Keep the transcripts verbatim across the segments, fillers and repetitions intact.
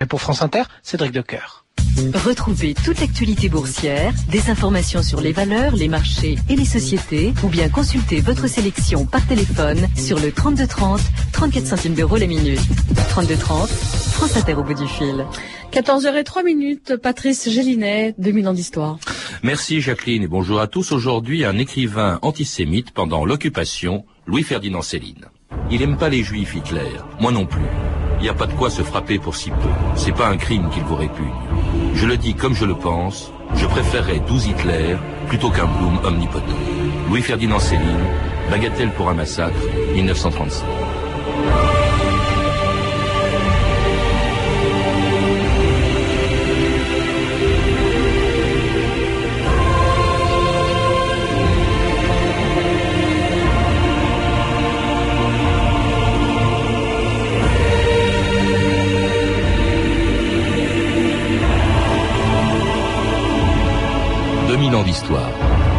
pour France Inter, Cédric Decoeur. Retrouvez toute l'actualité boursière, des informations sur les valeurs, les marchés et les sociétés, ou bien consultez votre sélection par téléphone sur le trente-deux trente, trente-quatre centimes d'euros la minute. trente-deux trente, France Inter au bout du fil. quatorze heures zéro trois, Patrice Gélinet, deux mille ans d'histoire. Merci Jacqueline et bonjour à tous. Aujourd'hui, un écrivain antisémite pendant l'occupation, Louis-Ferdinand Céline. Il aime pas les juifs, Hitler. Moi non plus. Il n'y a pas de quoi se frapper pour si peu. C'est pas un crime qu'il vous répugne. Je le dis comme je le pense, je préférerais douze Hitler plutôt qu'un Blum omnipotent. Louis-Ferdinand Céline, bagatelle pour un massacre, mille neuf cent trente-sept. deux mille ans d'histoire.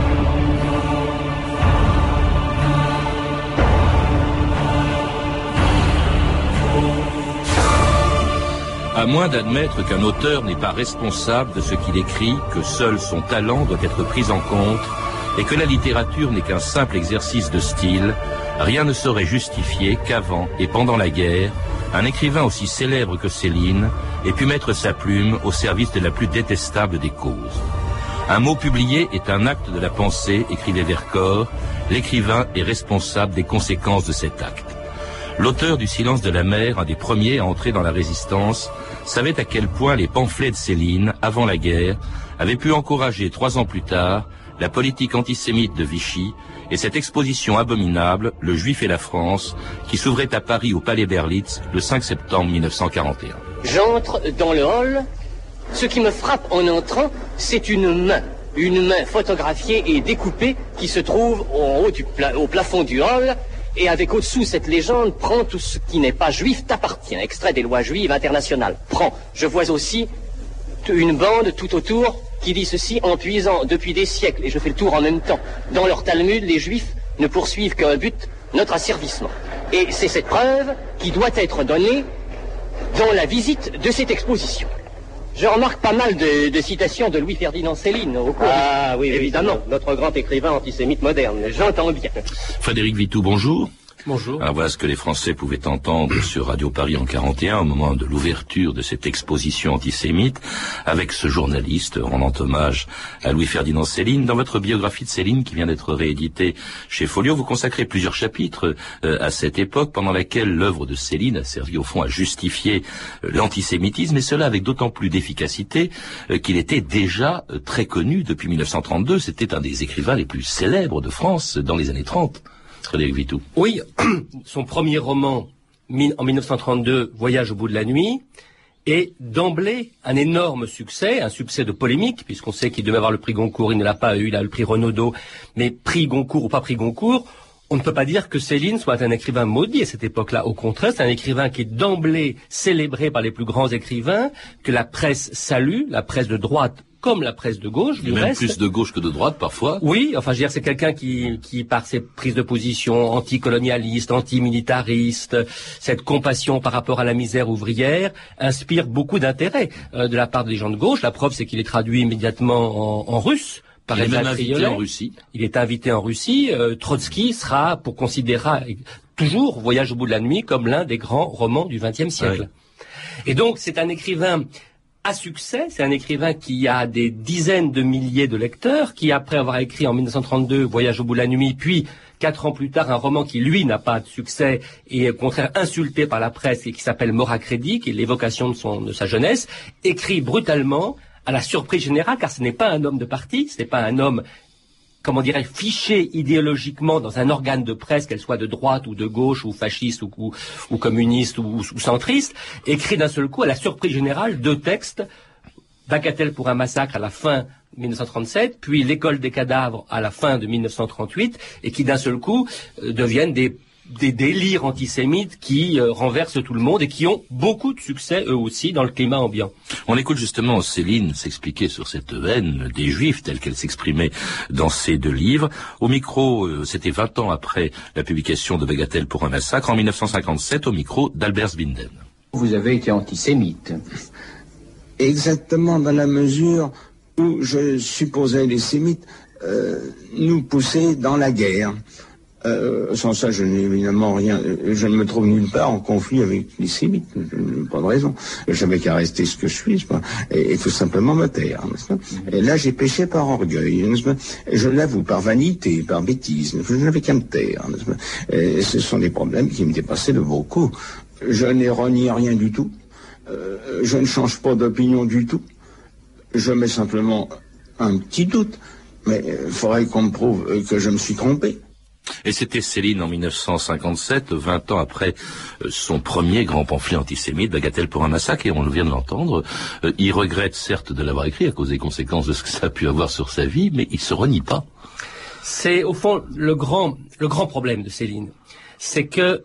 À moins d'admettre qu'un auteur n'est pas responsable de ce qu'il écrit, que seul son talent doit être pris en compte, et que la littérature n'est qu'un simple exercice de style, rien ne saurait justifier qu'avant et pendant la guerre, un écrivain aussi célèbre que Céline ait pu mettre sa plume au service de la plus détestable des causes. Un mot publié est un acte de la pensée, écrivait Vercors. L'écrivain est responsable des conséquences de cet acte. L'auteur du Silence de la mer, un des premiers à entrer dans la résistance, savait à quel point les pamphlets de Céline, avant la guerre, avaient pu encourager trois ans plus tard la politique antisémite de Vichy et cette exposition abominable, Le Juif et la France, qui s'ouvrait à Paris au Palais Berlitz le cinq septembre mille neuf cent quarante et un. J'entre dans le hall. Ce qui me frappe en entrant, c'est une main, une main photographiée et découpée qui se trouve au haut du pla- au plafond du hall, et avec au-dessous cette légende « Prends tout ce qui n'est pas juif t'appartient », extrait des lois juives internationales. Prends. Je vois aussi une bande tout autour qui dit ceci en puisant depuis des siècles, et je fais le tour en même temps. Dans leur Talmud, les juifs ne poursuivent qu'un but, notre asservissement. Et c'est cette preuve qui doit être donnée dans la visite de cette exposition. Je remarque pas mal de, de citations de Louis-Ferdinand Céline au cours. Ah oui, évidemment, oui, notre grand écrivain antisémite moderne. J'entends bien. Frédéric Vitou, bonjour. Bonjour. Alors voilà ce que les Français pouvaient entendre sur Radio Paris en quarante et un au moment de l'ouverture de cette exposition antisémite avec ce journaliste rendant hommage à Louis-Ferdinand Céline. Dans votre biographie de Céline qui vient d'être rééditée chez Folio, vous consacrez plusieurs chapitres euh, à cette époque pendant laquelle l'œuvre de Céline a servi au fond à justifier euh, l'antisémitisme, et cela avec d'autant plus d'efficacité euh, qu'il était déjà euh, très connu depuis mille neuf cent trente-deux. C'était un des écrivains les plus célèbres de France dans les années trente. Frédéric Vitou. Oui, son premier roman, en mille neuf cent trente-deux, Voyage au bout de la nuit, est d'emblée un énorme succès, un succès de polémique, puisqu'on sait qu'il devait avoir le prix Goncourt, il ne l'a pas eu, il a le prix Renaudot, mais prix Goncourt ou pas prix Goncourt, on ne peut pas dire que Céline soit un écrivain maudit à cette époque-là. Au contraire, c'est un écrivain qui est d'emblée célébré par les plus grands écrivains, que la presse salue, la presse de droite comme la presse de gauche, du même reste. Plus de gauche que de droite, parfois. Oui, enfin, je veux dire, c'est quelqu'un qui, qui, par ses prises de position anticolonialistes, antimilitaristes, cette compassion par rapport à la misère ouvrière, inspire beaucoup d'intérêt euh, de la part des gens de gauche. La preuve, c'est qu'il est traduit immédiatement en, en russe. Par Il est même invité Triolet. en Russie. Il est invité en Russie. Euh, Trotsky sera, pour considérer toujours Voyage au bout de la nuit comme l'un des grands romans du vingtième siècle. Oui. Et donc, c'est un écrivain à succès, c'est un écrivain qui a des dizaines de milliers de lecteurs, qui après avoir écrit en mille neuf cent trente-deux Voyage au bout de la nuit, puis quatre ans plus tard un roman qui lui n'a pas de succès et est au contraire insulté par la presse et qui s'appelle Mort à crédit, qui est l'évocation de son de sa jeunesse, écrit brutalement à la surprise générale, car ce n'est pas un homme de parti, ce n'est pas un homme, comment dirais-je, fiché idéologiquement dans un organe de presse, qu'elle soit de droite ou de gauche, ou fasciste, ou, ou, ou communiste, ou, ou centriste, écrit d'un seul coup, à la surprise générale, deux textes, Bagatelle pour un massacre à la fin mille neuf cent trente-sept, puis L'école des cadavres à la fin de mille neuf cent trente-huit, et qui d'un seul coup euh, deviennent des des délires antisémites qui euh, renversent tout le monde et qui ont beaucoup de succès eux aussi dans le climat ambiant. On écoute justement Céline s'expliquer sur cette haine des Juifs telle qu'elle s'exprimait dans ces deux livres. Au micro, euh, c'était vingt ans après la publication de Bagatelle pour un massacre, en mille neuf cent cinquante-sept, au micro d'Albert Zbinden. Vous avez été antisémite. Exactement, dans la mesure où je supposais les sémites euh, nous pousser dans la guerre. Euh, sans ça, je n'ai évidemment rien. Je ne me trouve nulle part en conflit avec les sémites. Je n'ai pas de raison. Je n'avais qu'à rester ce que je suis, pas, et, et tout simplement me taire. N'est-ce pas? Et là, j'ai péché par orgueil, n'est-ce pas? Et je l'avoue, par vanité, par bêtise. Je n'avais qu'à me taire, n'est-ce pas? Et ce sont des problèmes qui me dépassaient de beaucoup. Je n'ai renié rien du tout. Euh, je ne change pas d'opinion du tout. Je mets simplement un petit doute. Mais il faudrait qu'on me prouve que je me suis trompé. Et c'était Céline en mille neuf cent cinquante-sept, vingt ans après son premier grand pamphlet antisémite, Bagatelle pour un massacre, et on vient de l'entendre. Euh, il regrette certes de l'avoir écrit à cause des conséquences de ce que ça a pu avoir sur sa vie, mais il se renie pas. C'est au fond le grand, le grand problème de Céline. C'est que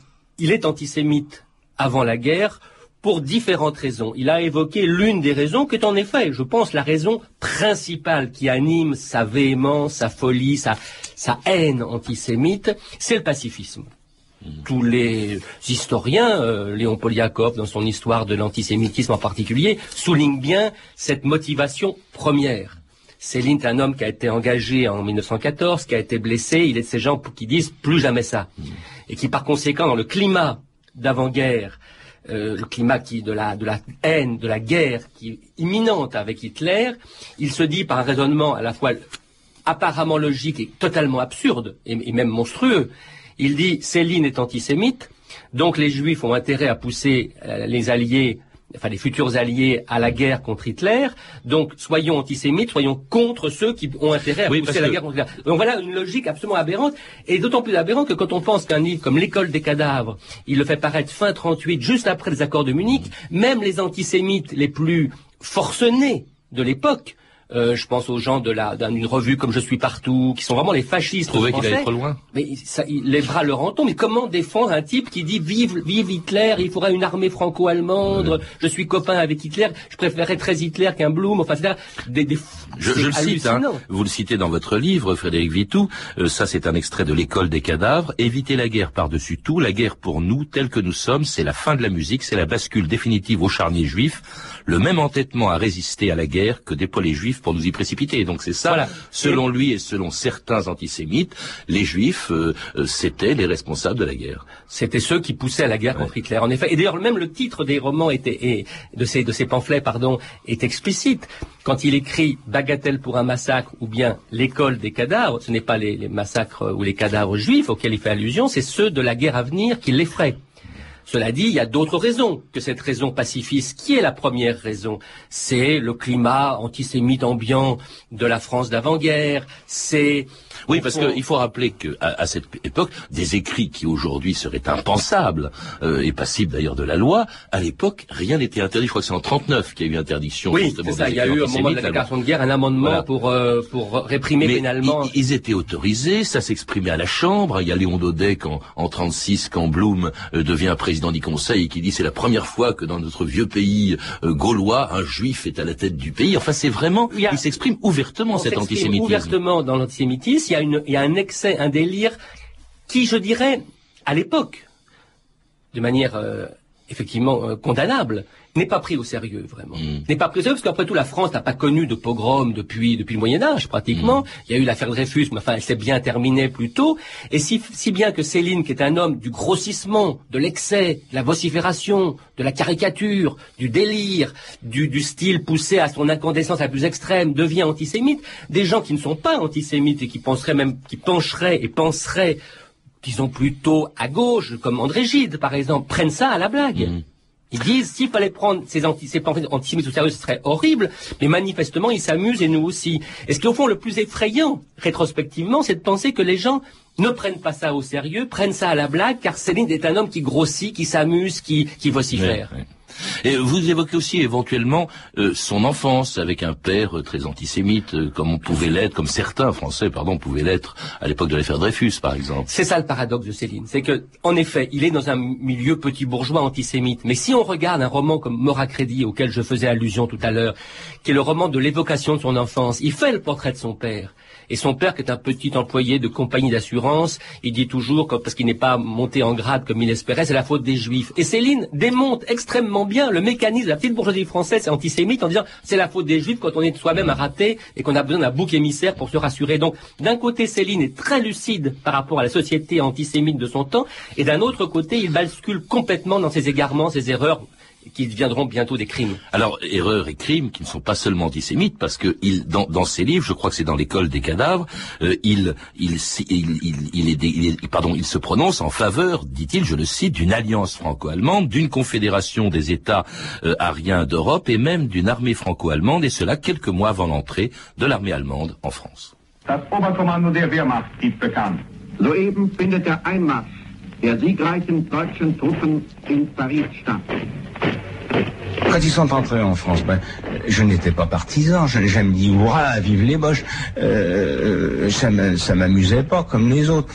il est antisémite avant la guerre pour différentes raisons. Il a évoqué l'une des raisons qui est en effet, je pense, la raison principale qui anime sa véhémence, sa folie, sa, sa haine antisémite, c'est le pacifisme. Mmh. Tous les historiens, euh, Léon Poliakov, dans son histoire de l'antisémitisme en particulier, soulignent bien cette motivation première. Céline est un homme qui a été engagé en mille neuf cent quatorze, qui a été blessé, il est de ces gens qui disent plus jamais ça. Mmh. Et qui par conséquent, dans le climat d'avant-guerre, Euh, le climat qui de la de la haine, de la guerre qui est imminente avec Hitler, il se dit par un raisonnement à la fois apparemment logique et totalement absurde et, et même monstrueux. Il dit Céline est antisémite, donc les Juifs ont intérêt à pousser euh, les alliés, enfin les futurs alliés à la guerre contre Hitler. Donc soyons antisémites, soyons contre ceux qui ont intérêt à oui, pousser la que... guerre contre Hitler. Donc voilà une logique absolument aberrante, et d'autant plus aberrante que quand on pense qu'un livre comme L'école des cadavres, il le fait paraître fin trente-huit, juste après les accords de Munich, même les antisémites les plus forcenés de l'époque, Euh, je pense aux gens de la d'une revue comme Je suis partout, qui sont vraiment les fascistes français. Qu'il allait trop loin. Mais ça, il, les bras leur en tombent. Mais comment défendre un type qui dit vive vive Hitler, il faudra une armée franco-allemande, ouais. Je suis copain avec Hitler, je préférerais très Hitler qu'un Blum, enfin c'est des, des je, je le cite, hein, vous le citez dans votre livre, Frédéric Vitou, euh, ça c'est un extrait de L'école des cadavres. Éviter la guerre par-dessus tout, la guerre pour nous, tels que nous sommes, c'est la fin de la musique, c'est la bascule définitive au charnier juif, le même entêtement à résister à la guerre que déploient les juifs pour nous y précipiter. Donc c'est ça, voilà. Selon lui et selon certains antisémites, les juifs, euh, euh, c'étaient les responsables de la guerre. C'était ceux qui poussaient à la guerre ouais. contre Hitler, en effet. Et d'ailleurs, même le titre des romans était, et de ces, de ces pamphlets, pardon, est explicite. Quand il écrit Bagatelle pour un massacre ou bien L'école des cadavres, ce n'est pas les, les massacres ou les cadavres juifs auxquels il fait allusion, c'est ceux de la guerre à venir qui l'effraient. Cela dit, il y a d'autres raisons que cette raison pacifiste. Qui est la première raison? C'est le climat antisémite ambiant de la France d'avant-guerre, c'est... Oui, parce qu'il faut rappeler qu'à à cette époque, des écrits qui aujourd'hui seraient impensables, euh, et passibles d'ailleurs de la loi, à l'époque, rien n'était interdit. Je crois que c'est en trente-neuf qu'il y a eu interdiction. Oui, c'est ça, il y a eu au moment de la déclaration de guerre un amendement voilà. pour, euh, pour réprimer Mais pénalement... Ils, ils étaient autorisés, ça s'exprimait à la Chambre. Il y a Léon Daudet en, en trente-six, quand Blum euh, devient président du Conseil et qui dit c'est la première fois que dans notre vieux pays euh, gaulois, un juif est à la tête du pays. Enfin, c'est vraiment... Il, a, il s'exprime ouvertement, cet antisémitisme. ouvertement dans l'antisémitisme. Il y a une, il y a un excès, un délire qui, je dirais, à l'époque, de manière euh, effectivement euh, condamnable, n'est pas pris au sérieux, vraiment. Mmh. N'est pas pris au sérieux, parce qu'après tout, la France n'a pas connu de pogrom depuis depuis le Moyen-Âge, pratiquement. Mmh. Il y a eu l'affaire Dreyfus, mais enfin, elle s'est bien terminée plus tôt. Et si, si bien que Céline, qui est un homme du grossissement, de l'excès, de la vocifération, de la caricature, du délire, du, du style poussé à son incandescence la plus extrême, devient antisémite, des gens qui ne sont pas antisémites et qui penseraient même, qui pencheraient et penseraient, disons plutôt à gauche, comme André Gide, par exemple, prennent ça à la blague. Mmh. Ils disent, s'il fallait prendre ces, anti, ces pamphlets antisémites au sérieux, ce serait horrible, mais manifestement, ils s'amusent et nous aussi. Et ce qui, au fond, le plus effrayant, rétrospectivement, c'est de penser que les gens ne prennent pas ça au sérieux, prennent ça à la blague, car Céline est un homme qui grossit, qui s'amuse, qui, qui vocifère. Ouais, ouais. Et vous évoquez aussi éventuellement euh, son enfance avec un père euh, très antisémite, euh, comme on pouvait l'être, comme certains Français, pardon, pouvaient l'être à l'époque de l'affaire Dreyfus, par exemple. C'est ça le paradoxe de Céline, c'est que, en effet, il est dans un milieu petit bourgeois antisémite. Mais si on regarde un roman comme Mort à crédit, auquel je faisais allusion tout à l'heure, qui est le roman de l'évocation de son enfance, il fait le portrait de son père. Et son père, qui est un petit employé de compagnie d'assurance, il dit toujours, parce qu'il n'est pas monté en grade comme il espérait, c'est la faute des Juifs. Et Céline démonte extrêmement bien le mécanisme de la petite bourgeoisie française antisémite en disant c'est la faute des Juifs quand on est soi-même un raté et qu'on a besoin d'un bouc émissaire pour se rassurer. Donc, d'un côté, Céline est très lucide par rapport à la société antisémite de son temps, et d'un autre côté, il bascule complètement dans ses égarements, ses erreurs, qui deviendront bientôt des crimes. Alors, erreurs et crimes qui ne sont pas seulement antisémites, parce que il, dans, dans ses livres, je crois que c'est dans l'école des cadavres, euh, il, il, il, il, il, est, il, est, pardon, il se prononce en faveur, dit-il, je le cite, d'une alliance franco-allemande, d'une confédération des États euh, aryens d'Europe et même d'une armée franco-allemande, et cela quelques mois avant l'entrée de l'armée allemande en France. Das Oberkommando der Wehrmacht gibt bekannt. Soeben findet der Einmarsch der siegreichen deutschen Truppen in Paris statt. Quand ils sont entrés en France, ben, je n'étais pas partisan, je n'ai jamais dit hurrah, vive les Boches, euh, ça ça m'amusait pas comme les autres.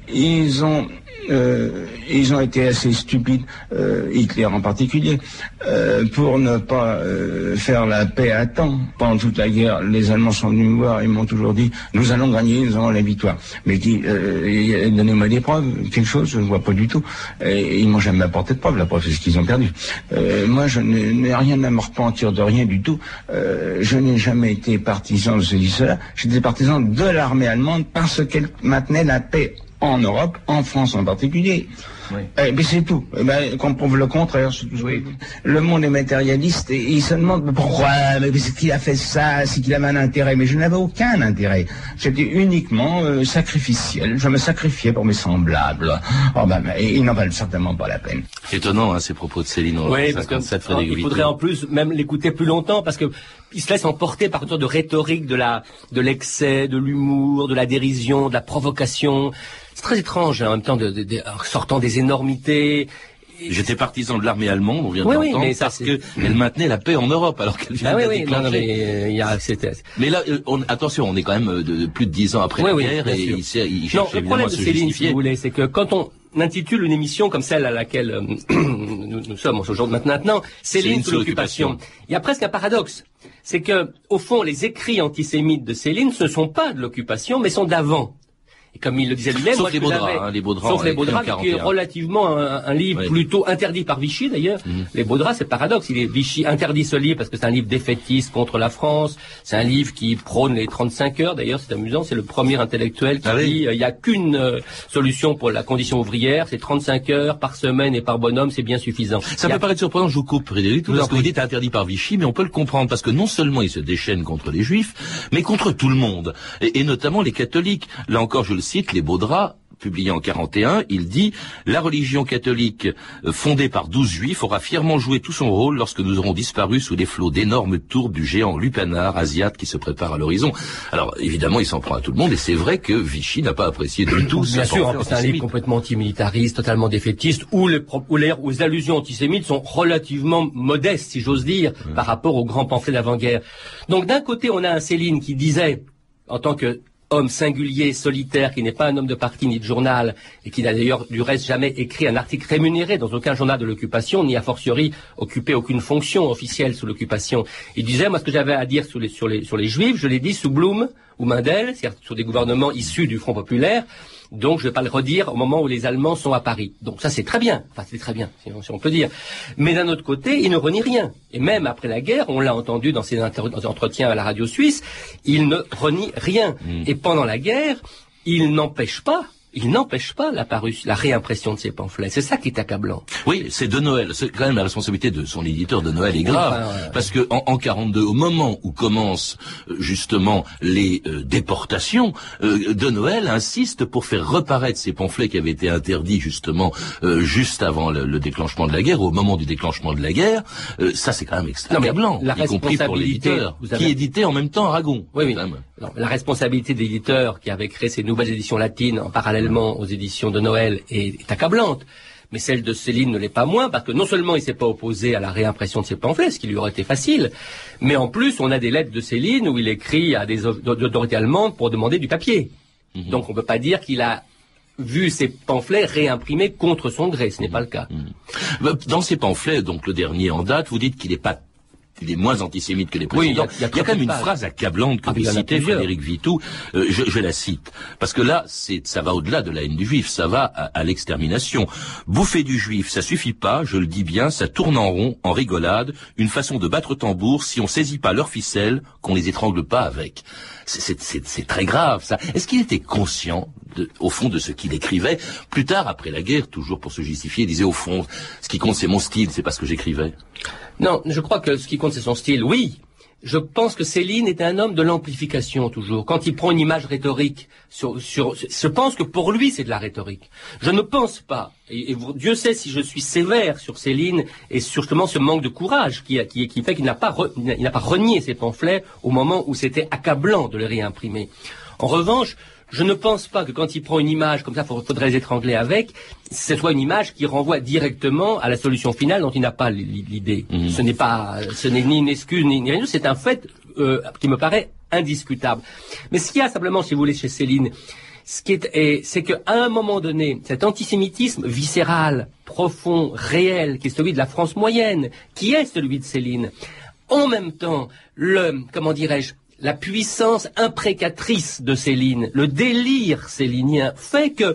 Ils ont euh, ils ont été assez stupides, euh, Hitler en particulier, euh, pour ne pas euh, faire la paix à temps. Pendant toute la guerre, les Allemands sont venus me voir, ils m'ont toujours dit nous allons gagner, nous avons la victoire. Mais je dis euh, donnez-moi des preuves, quelque chose, je ne vois pas du tout. Et ils m'ont jamais apporté de preuves, la preuve c'est ce qu'ils ont perdu. Euh, moi je n'ai rien à me repentir de rien du tout. Euh, je n'ai jamais été partisan de ceci, cela. J'étais partisan de l'armée allemande parce qu'elle maintenait la paix en Europe, en France en particulier. Oui. Eh ben c'est tout. Eh ben, qu'on prouve le contraire. Oui. Le monde est matérialiste et il se demande pourquoi, mais c'est qu'il a fait ça, c'est qu'il avait un intérêt. Mais je n'avais aucun intérêt. J'étais uniquement euh, sacrificiel. Je me sacrifiais pour mes semblables. Oh ben, et ils n'en valent certainement pas la peine. Étonnant, hein, ces propos de Céline. Oui, parce que, alors, il faudrait en plus même l'écouter plus longtemps parce que il se laisse emporter par une sorte de rhétorique de la, de l'excès, de l'humour, de la dérision, de la provocation. C'est très étrange, hein, en même temps, de, de, de, en sortant des énormités. J'étais partisan de l'armée allemande, on vient de oui, l'entendre, oui, mais ça, parce qu'elle maintenait la paix en Europe, alors qu'elle vient ah, de oui, déclencher. Oui, non, mais, euh, y a, c'était... mais là, on, attention, on est quand même de, de plus de dix ans après oui, la guerre, oui, et il, sait, il non, cherche le problème de Céline, justifier. si vous voulez, c'est que quand on intitule une émission comme celle à laquelle euh, nous, nous sommes aujourd'hui maintenant, Céline, Céline sous l'occupation, il y a presque un paradoxe. C'est que, au fond, les écrits antisémites de Céline, ce ne sont pas de l'occupation, mais sont d'avant. Et comme il le disait lui-même, sauf moi, les Baudras, hein, les Baudras, sauf les Baudras, qui est relativement un, un livre oui. plutôt interdit par Vichy d'ailleurs. Mmh. Les Baudras, c'est paradoxe. Il est Vichy interdit ce livre parce que c'est un livre défaitiste contre la France. C'est un livre qui prône les trente-cinq heures. D'ailleurs, c'est amusant. C'est le premier intellectuel qui ah, dit il oui. n'y a qu'une euh, solution pour la condition ouvrière. C'est trente-cinq heures par semaine et par bonhomme, c'est bien suffisant. Ça il peut a... paraître surprenant, je vous coupe, Frédéric, tout ce que vous dites est interdit par Vichy, mais on peut le comprendre parce que non seulement il se déchaîne contre les Juifs, mais contre tout le monde, et, et notamment les catholiques. Là encore, je le cite, les Baudras, publié en quarante et un, il dit « La religion catholique fondée par douze juifs aura fièrement joué tout son rôle lorsque nous aurons disparu sous les flots d'énormes tourbes du géant lupanar asiate qui se prépare à l'horizon. » Alors, évidemment, il s'en prend à tout le monde, et c'est vrai que Vichy n'a pas apprécié du tout. Bien sûr, c'est un livre complètement antimilitariste, totalement défaitiste, où les, où les, où les allusions antisémites sont relativement modestes, si j'ose dire, mmh. par rapport aux grands pamphlets d'avant-guerre. Donc, d'un côté, on a un Céline qui disait, en tant que homme singulier, solitaire, qui n'est pas un homme de parti ni de journal, et qui n'a d'ailleurs du reste jamais écrit un article rémunéré dans aucun journal de l'occupation, ni a fortiori occupé aucune fonction officielle sous l'occupation. Il disait, moi ce que j'avais à dire sur les, sur les, sur les Juifs, je l'ai dit sous Blum ou Mandel, c'est-à-dire sur des gouvernements issus du Front populaire, donc je ne vais pas le redire au moment où les Allemands sont à Paris. Donc ça c'est très bien, enfin c'est très bien, si on, si on peut dire. Mais d'un autre côté, il ne renie rien. Et même après la guerre, on l'a entendu dans ses, inter- dans ses entretiens à la radio suisse, il ne renie rien. Mmh. Et pendant la guerre, il n'empêche pas, il n'empêche pas la, parus, la réimpression de ces pamphlets. C'est ça qui est accablant. Oui, c'est de Noël. C'est quand même la responsabilité de son éditeur de Noël est grave. Oui, enfin, ouais. Parce que en, en quarante-deux, au moment où commencent justement les euh, déportations, euh, de Noël insiste pour faire reparaître ces pamphlets qui avaient été interdits justement euh, juste avant le, le déclenchement de la guerre, au moment du déclenchement de la guerre. Euh, ça, c'est quand même extrêmement accablant, y compris pour l'éditeur, avez... qui éditait en même temps Aragon. Oui, oui. Non, la responsabilité de l'éditeur qui avait créé ces nouvelles éditions latines en parallèlement aux éditions de Noël est, est accablante. mais celle de Céline ne l'est pas moins, parce que non seulement il s'est pas opposé à la réimpression de ses pamphlets, ce qui lui aurait été facile, mais en plus on a des lettres de Céline où il écrit à des autorités allemandes pour demander du papier. Mmh. Donc on peut pas dire qu'il a vu ces pamphlets réimprimés contre son gré, ce n'est pas le cas. Mmh. Dans ces pamphlets, donc le dernier en date, vous dites qu'il n'est pas il est moins antisémite que les précédents. Oui, il y a, il y a, il y a quand même une phrase accablante que ah, vous citez, Frédéric Vitoux. Euh, je, je la cite. Parce que là, c'est, ça va au-delà de la haine du juif. Ça va à, à l'extermination. Bouffer du juif, ça suffit pas, je le dis bien, ça tourne en rond, en rigolade. Une façon de battre tambour si on saisit pas leurs ficelles, qu'on les étrangle pas avec. C'est, c'est, c'est, c'est très grave, ça. Est-ce qu'il était conscient, de, au fond, de ce qu'il écrivait? Plus tard, après la guerre, toujours pour se justifier, il disait, au fond, ce qui compte, c'est mon style, c'est pas ce que j'écrivais. Non, je crois que ce qui compte, c'est son style. Oui, je pense que Céline était un homme de l'amplification, toujours. Quand il prend une image rhétorique, sur, sur, je pense que pour lui, c'est de la rhétorique. Je ne pense pas, et, et Dieu sait si je suis sévère sur Céline, et sur justement ce manque de courage qui, qui, qui fait qu'il n'a pas, re, il n'a pas renié ses pamphlets au moment où c'était accablant de les réimprimer. En revanche, je ne pense pas que quand il prend une image comme ça, il faudrait les étrangler avec, ce soit une image qui renvoie directement à la solution finale dont il n'a pas l'idée. Mmh. Ce n'est pas, ce n'est ni une excuse ni, ni rien, c'est un fait euh, qui me paraît indiscutable. Mais ce qu'il y a simplement, si vous voulez, chez Céline, ce qui est, est c'est qu'à un moment donné, cet antisémitisme viscéral, profond, réel, qui est celui de la France moyenne, qui est celui de Céline, en même temps, le, comment dirais-je, la puissance imprécatrice de Céline, le délire célinien, fait que,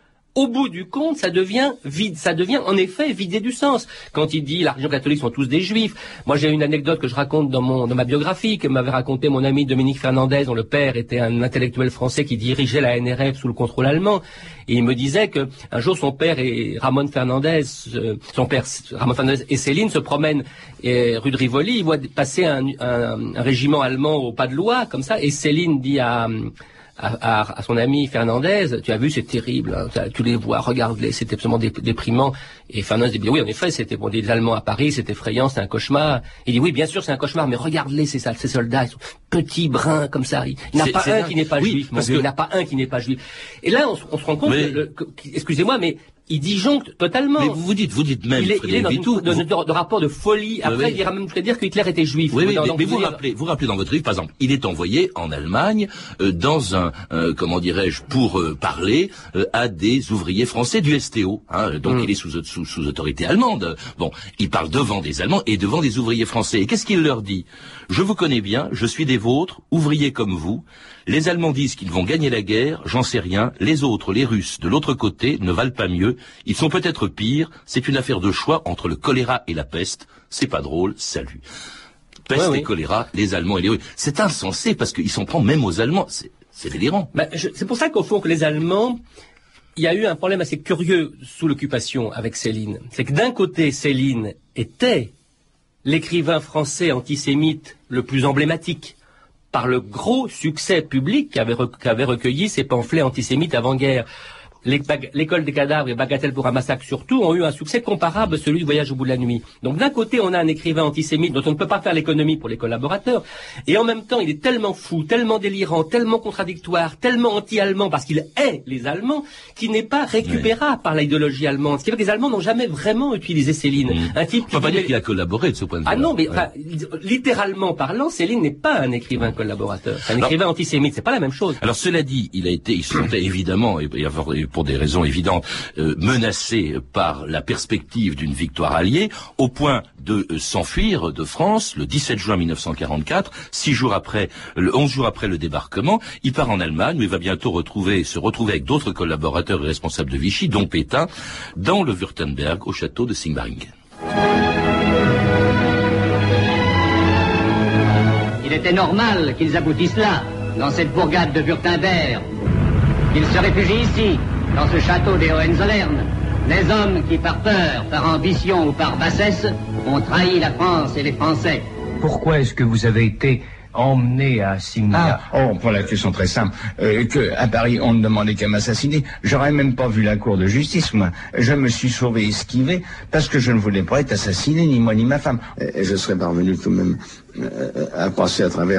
au bout du compte, ça devient vide, ça devient en effet vidé du sens. Quand il dit la religion catholique sont tous des juifs, moi j'ai une anecdote que je raconte dans mon dans ma biographie que m'avait raconté mon ami Dominique Fernandez, dont le père était un intellectuel français qui dirigeait la N R F sous le contrôle allemand, et il me disait que un jour son père et Ramon Fernandez, euh, son père Ramon Fernandez et Céline se promènent et, rue de Rivoli, ils voient passer un, un, un régiment allemand au pas de loi comme ça, et Céline dit à À, à, à son ami Fernandez, tu as vu, c'est terrible, hein, tu les vois, regarde-les, c'était absolument dé, déprimant. Et Fernandez dit, oui, en effet, c'était pour des Allemands à Paris, c'est effrayant, c'est un cauchemar. Il dit, oui, bien sûr, c'est un cauchemar, mais regarde-les, ces, ces soldats, ils sont petits, bruns, comme ça. Il n'y en a pas un qui n'est pas oui, juif, parce que... il n'y en a pas un qui n'est pas juif. Et là, on, on se rend compte, mais... que, le, que, excusez-moi, mais il disjoncte totalement. Mais vous dites, vous dites même, il est, il est dans, Vitou, une, dans vous... un de rapport de folie. Après, oui. il ira même jusqu'à dire que Hitler était juif. Oui, oui, dans, mais, donc, mais vous, vous, rappelez, vous rappelez dans votre livre, par exemple, il est envoyé en Allemagne euh, dans un, euh, comment dirais-je, pour euh, parler euh, à des ouvriers français du S T O. Hein, donc mm. il est sous, sous, sous autorité allemande. Bon, il parle devant des Allemands et devant des ouvriers français. Et qu'est-ce qu'il leur dit? Je vous connais bien, je suis des vôtres, ouvriers comme vous. Les Allemands disent qu'ils vont gagner la guerre, j'en sais rien. Les autres, les Russes, de l'autre côté, ne valent pas mieux. Ils sont peut-être pires. C'est une affaire de choix entre le choléra et la peste. C'est pas drôle, salut. Peste ouais, et oui. choléra, les Allemands et les Russes. C'est insensé parce qu'ils s'en prennent même aux Allemands. C'est, c'est délirant. Ben, je, c'est pour ça qu'au fond que les Allemands, il y a eu un problème assez curieux sous l'occupation avec Céline. C'est que d'un côté, Céline était l'écrivain français antisémite le plus emblématique, par le gros succès public qu'avait, rec- qu'avait recueilli ces pamphlets antisémites avant-guerre. Les bag- L'école des cadavres et Bagatelle pour un massacre surtout ont eu un succès comparable à celui du Voyage au bout de la nuit. Donc d'un côté, on a un écrivain antisémite dont on ne peut pas faire l'économie pour les collaborateurs, et en même temps, il est tellement fou, tellement délirant, tellement contradictoire, tellement anti-allemand, parce qu'il est les Allemands, qu'il n'est pas récupérable oui. par l'idéologie allemande. Ce qui fait que les Allemands n'ont jamais vraiment utilisé Céline. Mmh. Un type on ne peut pas dire qu'il a collaboré de ce point de vue. Ah non, mais ouais. littéralement parlant, Céline n'est pas un écrivain collaborateur. C'est un Alors, écrivain antisémite, c'est pas la même chose. Alors cela dit, il a été, il se sentait évidemment, et, et pour des raisons évidentes, euh, menacé par la perspective d'une victoire alliée, au point de euh, s'enfuir de France le dix-sept juin mille neuf cent quarante-quatre, six jours après, le onze jours après le débarquement. Il part en Allemagne, où il va bientôt retrouver, se retrouver avec d'autres collaborateurs et responsables de Vichy, dont Pétain, dans le Württemberg, au château de Sigmaringen. Il était normal qu'ils aboutissent là, dans cette bourgade de Württemberg, qu'ils se réfugient ici, dans ce château des Hohenzollern, les hommes qui, par peur, par ambition ou par bassesse, ont trahi la France et les Français. Pourquoi est-ce que vous avez été emmené à Sigmaringen? Ah, oh, pour la question très simple, euh, que à Paris on ne demandait qu'à m'assassiner. J'aurais même pas vu la cour de justice, moi. Je me suis sauvé, esquivé, parce que je ne voulais pas être assassiné, ni moi ni ma femme. Et je serais parvenu tout de même euh, à passer à travers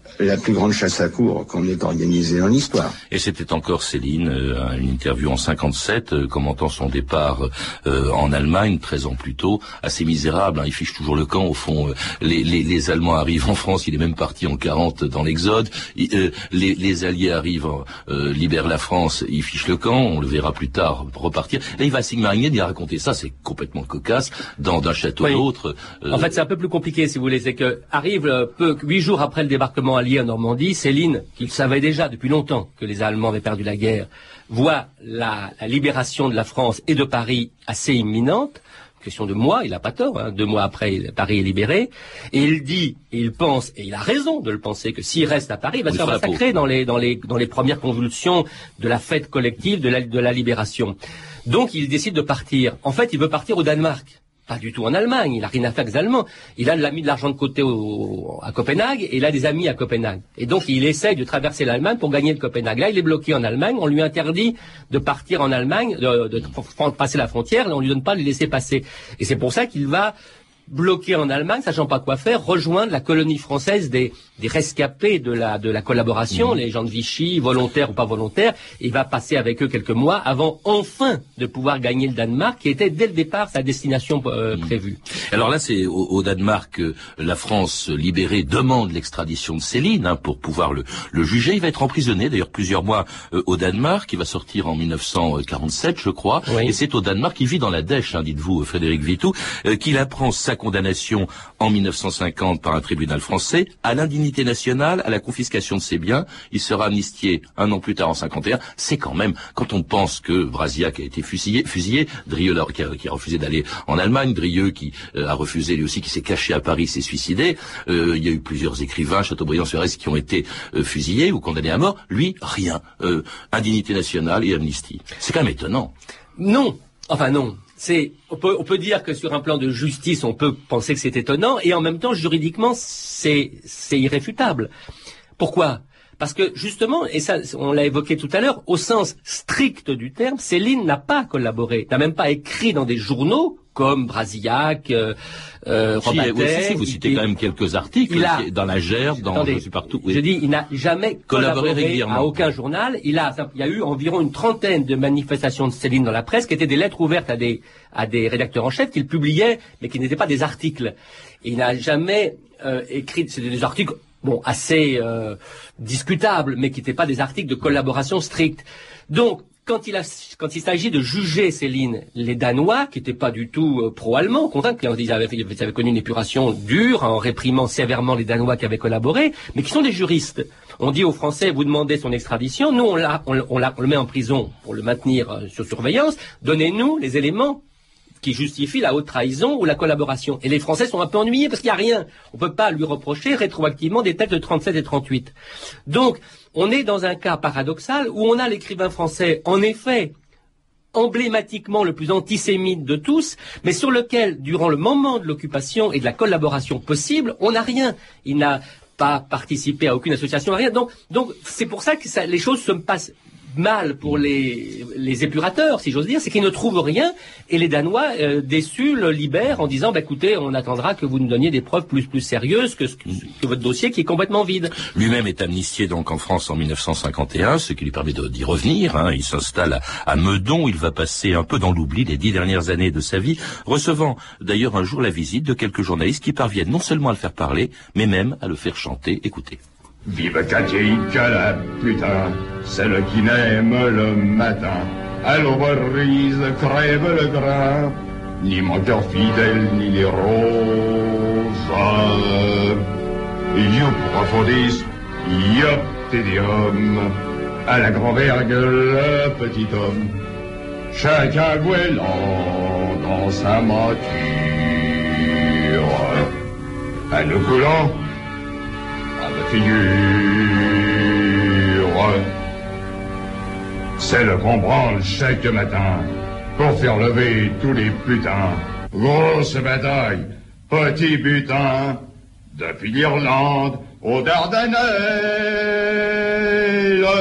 la plus grande chasse à courre qu'on ait organisée dans l'histoire. Et c'était encore Céline, euh, une interview en cinquante-sept, euh, commentant son départ euh, en Allemagne, treize ans plus tôt, assez misérable, hein, il fiche toujours le camp, au fond, euh, les, les, les Allemands arrivent en France, il est même parti en quarante dans l'Exode, il, euh, les, les Alliés arrivent, euh, libèrent la France, il fiche le camp, on le verra plus tard repartir. Là, il va à Sigmaringen, il a raconté ça, c'est complètement cocasse, dans d'un château à oui. l'autre. Euh... En fait, c'est un peu plus compliqué, si vous voulez, c'est que arrive euh, peu, huit jours après le débarquement allié en Normandie, Céline, qui savait déjà depuis longtemps que les Allemands avaient perdu la guerre, voit la, la libération de la France et de Paris assez imminente. Question de mois, il n'a pas tort, hein, deux mois après, Paris est libéré, et il dit, et il pense, et il a raison de le penser, que s'il reste à Paris, il va se faire massacrer dans les, dans, les, dans les premières convulsions de la fête collective de la, de la libération. Donc il décide de partir. En fait, il veut partir au Danemark. Pas du tout en Allemagne, il n'a rien à faire avec les Allemands. Il a mis de l'argent de côté au, à Copenhague et il a des amis à Copenhague. Et donc il essaye de traverser l'Allemagne pour gagner le Copenhague. Là, il est bloqué en Allemagne, on lui interdit de partir en Allemagne, de, de, de passer la frontière, et on lui donne pas de les laisser passer. Et c'est pour ça qu'il va bloqué en Allemagne, sachant pas quoi faire, rejoindre la colonie française des, des rescapés de la, de la collaboration, mmh. les gens de Vichy, volontaires ou pas volontaires. Il va passer avec eux quelques mois avant enfin de pouvoir gagner le Danemark, qui était dès le départ sa destination euh, mmh. prévue. Alors là, c'est au, au Danemark que la France libérée demande l'extradition de Céline hein, pour pouvoir le, le juger. Il va être emprisonné d'ailleurs plusieurs mois euh, au Danemark. Il va sortir en mille neuf cent quarante-sept, je crois. Oui. Et c'est au Danemark, il vit dans la Dèche, hein, dites-vous, Frédéric Vitou, euh, qu'il apprend sa condamnation en mille neuf cent cinquante par un tribunal français à l'indignité nationale, à la confiscation de ses biens. Il sera amnistié un an plus tard en cinquante et un. C'est quand même, quand on pense que Brasillac a été fusillé, fusillé Drieux qui a, qui a refusé d'aller en Allemagne, Drieux qui euh, a refusé lui aussi, qui s'est caché à Paris, s'est suicidé. Euh, il y a eu plusieurs écrivains, Chateaubriand-sur-Aise, qui ont été euh, fusillés ou condamnés à mort. Lui, rien. Euh, indignité nationale et amnistie. C'est quand même étonnant. Non. Enfin non. C'est, on peut, on peut dire que sur un plan de justice, on peut penser que c'est étonnant, et en même temps, juridiquement, c'est, c'est irréfutable. Pourquoi ? Parce que justement, et ça, on l'a évoqué tout à l'heure, au sens strict du terme, Céline n'a pas collaboré, n'a même pas écrit dans des journaux comme Brasillac, euh, euh, si, oui, si, si, vous citez il, quand même quelques articles a, dans la Gerbe, dans attendez, je suis partout. Oui. Je dis, il n'a jamais collaboré, collaboré à aucun journal. Il a, il y a eu environ une trentaine de manifestations de Céline dans la presse, qui étaient des lettres ouvertes à des, à des rédacteurs en chef qu'il publiait, mais qui n'étaient pas des articles. Et il n'a jamais euh, écrit, c'était des articles, bon, assez euh, discutables, mais qui n'étaient pas des articles de collaboration stricte. Donc, Quand il, a, quand il s'agit de juger, Céline, les Danois, qui n'étaient pas du tout euh, pro-allemands, au contraire, qui avaient, ils avaient connu une épuration dure, en réprimant sévèrement les Danois qui avaient collaboré, mais qui sont des juristes. On dit aux Français, vous demandez son extradition, nous on, l'a, on, on, l'a, on le met en prison pour le maintenir euh, sur surveillance, donnez-nous les éléments qui justifient la haute trahison ou la collaboration. Et les Français sont un peu ennuyés parce qu'il n'y a rien. On ne peut pas lui reprocher rétroactivement des textes de trente-sept et trente-huit. Donc, on est dans un cas paradoxal où on a l'écrivain français, en effet, emblématiquement le plus antisémite de tous, mais sur lequel, durant le moment de l'occupation et de la collaboration possible, on n'a rien. Il n'a pas participé à aucune association, à rien. Donc, donc c'est pour ça que ça, les choses se passent mal pour les, les épurateurs, si j'ose dire, c'est qu'ils ne trouvent rien, et les Danois, euh, déçus, le libèrent en disant, bah, écoutez, on attendra que vous nous donniez des preuves plus, plus sérieuses que, que, que votre dossier qui est complètement vide. Lui-même est amnistié donc en France en mille neuf cent cinquante et un, ce qui lui permet de, d'y revenir, hein. Il s'installe à, à Meudon, il va passer un peu dans l'oubli les dix dernières années de sa vie, recevant d'ailleurs un jour la visite de quelques journalistes qui parviennent non seulement à le faire parler, mais même à le faire chanter. Écoutez. Vive Cathéique, la putain, celle qui n'aime le matin, à l'aube-brise crève le grain, ni mon cœur fidèle, ni les roses. Iup profondis, iup tédium, à la grand-vergue le petit homme, chacun gouelant dans sa monture, à nous coulant figure, c'est le qu'on branle chaque matin pour faire lever tous les putains. Grosse bataille, petit butin, depuis l'Irlande aux Dardanelles,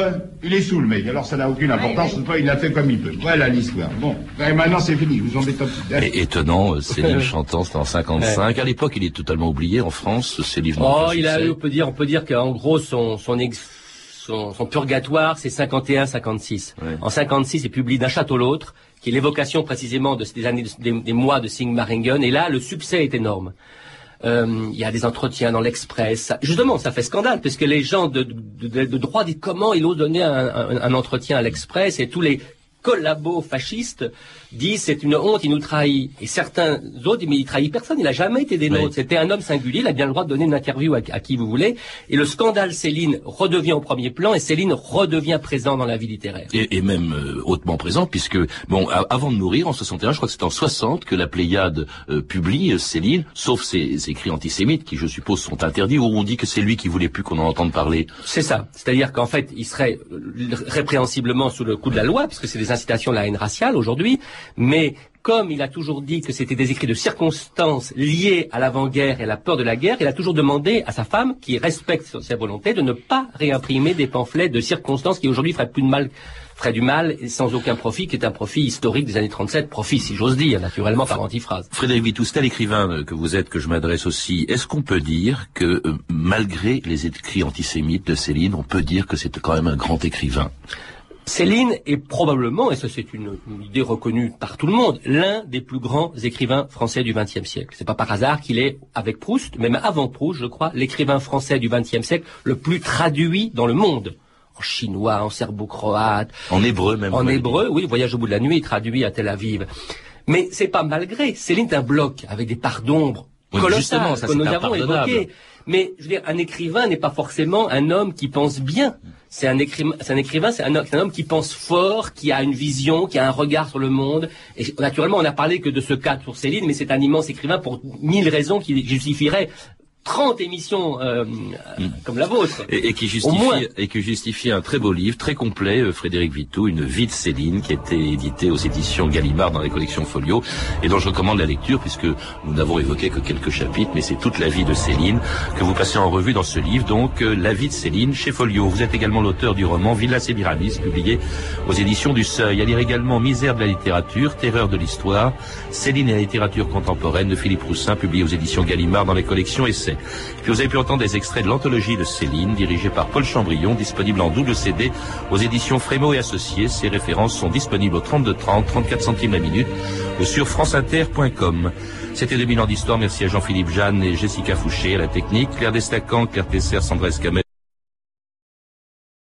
Il est sous le mec, alors ça n'a aucune importance, ouais, ouais. Il l'a fait comme il peut. Voilà l'histoire. Bon, et maintenant c'est fini, je vous embête un petit. Étonnant, Céline chantant, c'était en cinquante-cinq. Ouais. À l'époque, il est totalement oublié en France, ces livres. Oh, il a eu, on peut dire, on peut dire qu'en gros, son, son, ex, son, son purgatoire, c'est cinquante et un cinquante-six. Ouais. En cinquante-six, il publie D'un château l'autre, qui est l'évocation précisément de ces années, des, des mois de Sigmaringen. Et là, le succès est énorme. Euh, il y a des entretiens dans l'Express. Justement, ça fait scandale, parce que les gens de, de, de, de droit disent comment il ose donner un, un, un entretien à l'Express, et tous les collabos fascistes disent c'est une honte, il nous trahit. Et certains autres disent mais il trahit personne, il n'a jamais été des nôtres. Oui. C'était un homme singulier, il a bien le droit de donner une interview à, à qui vous voulez. Et le scandale Céline redevient au premier plan, et Céline redevient présent dans la vie littéraire. Et, et même euh, hautement présent, puisque, bon, a, avant de mourir, en soixante et un, je crois que c'est en soixante que la Pléiade euh, publie euh, Céline, sauf ses, ses écrits antisémites, qui je suppose sont interdits, où on dit que c'est lui qui voulait plus qu'on en entende parler. C'est ça. C'est-à-dire qu'en fait, il serait répréhensiblement sous le coup de la loi, puisque c'est des incitations à la haine raciale aujourd'hui, mais comme il a toujours dit que c'était des écrits de circonstances liés à l'avant-guerre et à la peur de la guerre, il a toujours demandé à sa femme, qui respecte sa volonté, de ne pas réimprimer des pamphlets de circonstances qui aujourd'hui feraient plus de mal, feraient du mal et sans aucun profit, qui est un profit historique des années trente-sept, profit si j'ose dire, naturellement par antiphrase. Frédéric Vitou, c'est à l'écrivain que vous êtes que je m'adresse aussi. Est-ce qu'on peut dire que, euh, malgré les écrits antisémites de Céline, on peut dire que c'est quand même un grand écrivain? Céline est probablement, et ça c'est une, une idée reconnue par tout le monde, l'un des plus grands écrivains français du vingtième siècle. C'est pas par hasard qu'il est, avec Proust, même avant Proust, je crois, l'écrivain français du vingtième siècle le plus traduit dans le monde. En chinois, en serbo-croate. En hébreu même. En hébreu, oui, Voyage au bout de la nuit, traduit à Tel Aviv. Mais c'est pas malgré. Céline est un bloc, avec des parts d'ombre oui, colossales, ça, que nous avons évoquées. Mais, je veux dire, un écrivain n'est pas forcément un homme qui pense bien. C'est un écrivain, c'est un écrivain, c'est un, c'est un homme qui pense fort, qui a une vision, qui a un regard sur le monde. Et naturellement, on n'a parlé que de ce cas pour Céline, mais c'est un immense écrivain pour mille raisons qui justifieraient trente émissions euh, mm. comme la vôtre. Et, et, qui justifie, et qui justifie un très beau livre, très complet, euh, Frédéric Vitou, Une vie de Céline, qui a été édité aux éditions Gallimard dans les collections Folio, et dont je recommande la lecture, puisque nous n'avons évoqué que quelques chapitres, mais c'est toute la vie de Céline que vous passez en revue dans ce livre, donc euh, La vie de Céline chez Folio. Vous êtes également l'auteur du roman Villa Sémiramis, publié aux éditions du Seuil. À lire également Misère de la littérature, Terreur de l'histoire, Céline et la littérature contemporaine de Philippe Roussin, publié aux éditions Gallimard dans les collections Essais. Puis vous avez pu entendre des extraits de l'anthologie de Céline, dirigée par Paul Chambrion, disponible en double C D aux éditions Frémaux et Associés. Ces références sont disponibles au trente-deux trente, trente-quatre centimes la minute, ou sur franceinter point com. C'était deux mille ans d'histoire. Merci à Jean-Philippe Jeanne et Jessica Fouché à la technique, Claire Destacan, Claire Tesser, Sandra Escamel.